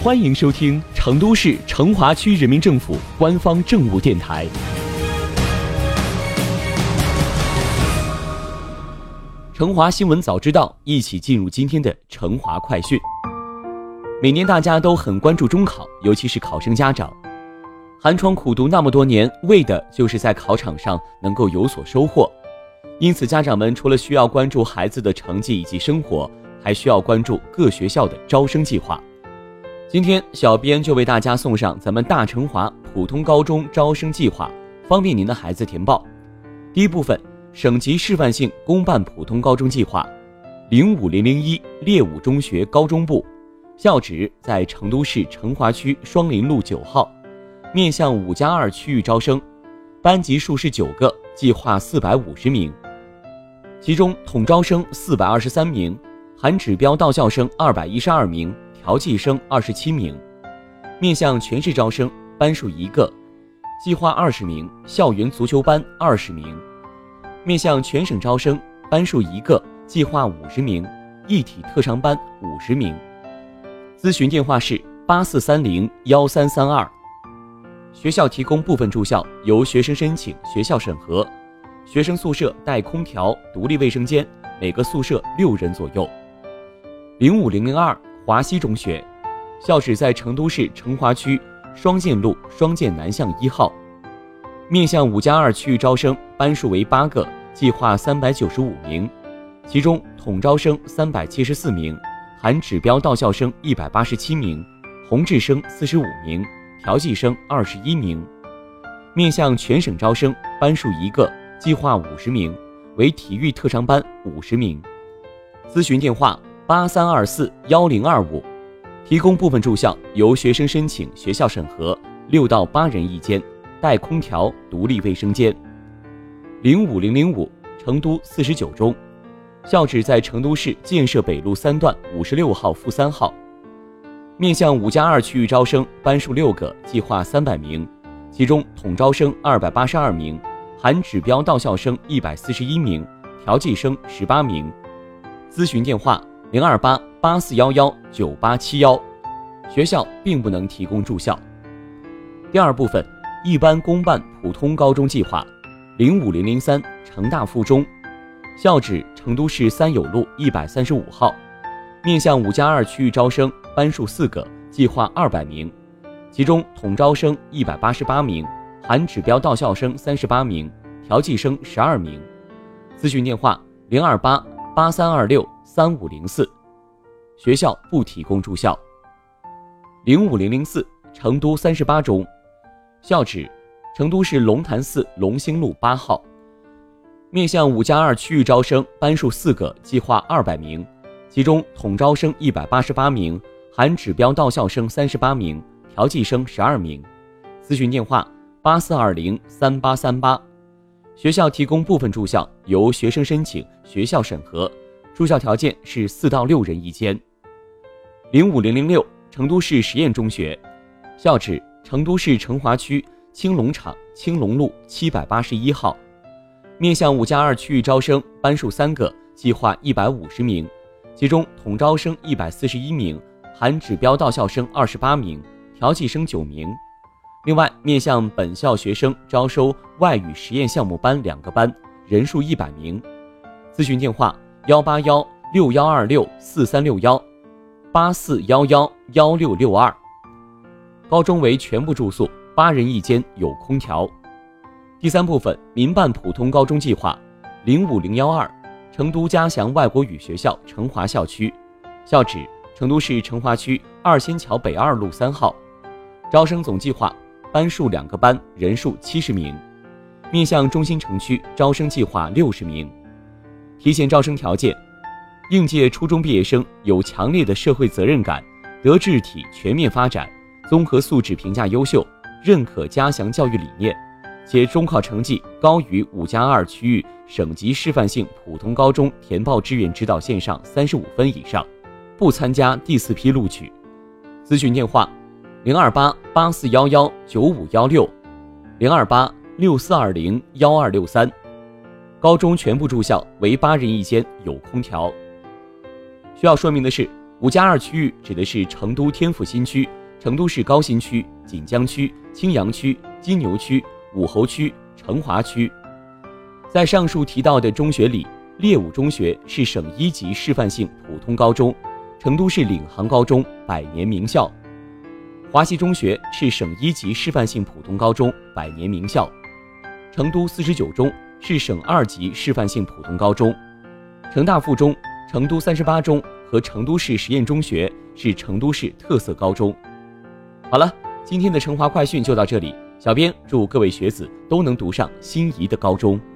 欢迎收听成都市成华区人民政府官方政务电台。成华新闻早知道，一起进入今天的成华快讯。每年大家都很关注中考，尤其是考生家长，寒窗苦读那么多年，为的就是在考场上能够有所收获。因此，家长们除了需要关注孩子的成绩以及生活，还需要关注各学校的招生计划。今天小编就为大家送上咱们大成华普通高中招生计划，方便您的孩子填报。第一部分，省级示范性公办普通高中计划05001烈武中学高中部，校址在成都市成华区双林路9号，面向5+2区域招生，班级数是9个，计划450名，其中统招生423名，含指标到校生212名，调剂生27名。面向全市招生，班数1个，计划20名，校园足球班20名。面向全省招生，班数1个，计划50名，一体特长班50名。咨询电话是84301332。学校提供部分住校，由学生申请，学校审核。学生宿舍带空调，独立卫生间，每个宿舍6人左右。05002华西中学，校址在成都市成华区双建路双建南巷1号，面向5+2区域招生，班数为8个，计划395名，其中统招生374名，含指标到校生187名，宏致生45名，调剂生21名。面向全省招生，班数1个，计划50名，为体育特长班50名。咨询电话83241025。提供部分住校，由学生申请，学校审核，6到8人一间，带空调，独立卫生间。05005成都49中，校址在成都市建设北路3段56号负3号，面向5+2区域招生，班数6个，计划300名，其中统招生282名，含指标到校生141名，调剂生18名。咨询电话02884119871。学校并不能提供住校。第二部分，一般公办普通高中计划05003成大附中，校址成都市三友路135号，面向5+2区域招生，班数4个，计划200名，其中统招生188名，含指标到校生38名，调剂生12名。咨询电话02883263504。学校不提供住校。05004成都38中，校址成都市龙潭寺龙兴路8号，面向5+2区域招生，班数4个，计划200名，其中统招生188名，含指标到校生38名，调剂生12名。咨询电话84203838。学校提供部分住校，由学生申请，学校审核，住校条件是4到6人一间。05006成都市实验中学，校址成都市成华区青龙场青龙路781号，面向5+2区域招生，班数3个，计划150名，其中统招生141名，含指标到校生28名，调剂生9名。另外，面向本校学生招收外语实验项目班2个班，人数100名。咨询电话18161264361。84111662。高中为全部住宿，8人一间，有空调。第三部分，民办普通高中计划05012成都嘉祥外国语学校成华校区，校址成都市成华区2仙桥北2路3号，招生总计划班数2个班，人数70名，面向中心城区，招生计划60名。提前招生条件，应届初中毕业生有强烈的社会责任感，德智体全面发展，综合素质评价优秀，认可嘉祥教育理念，且中考成绩高于5+2区域省级示范性普通高中填报志愿指导线上35分以上，不参加第4批录取。咨询电话02884119516 02864201263。高中全部住校，为8人一间，有空调。需要说明的是， 5+2区域指的是成都天府新区、成都市高新区、锦江区、青羊区、金牛区、武侯区、成华区。在上述提到的中学里，烈武中学是省1级示范性普通高中，成都市领航高中，100年名校；华西中学是省1级示范性普通高中，100年名校；成都49中是省2级示范性普通高中；成大附中、成都38中和成都市实验中学是成都市特色高中。好了，今天的成华快讯就到这里，小编祝各位学子都能读上心仪的高中。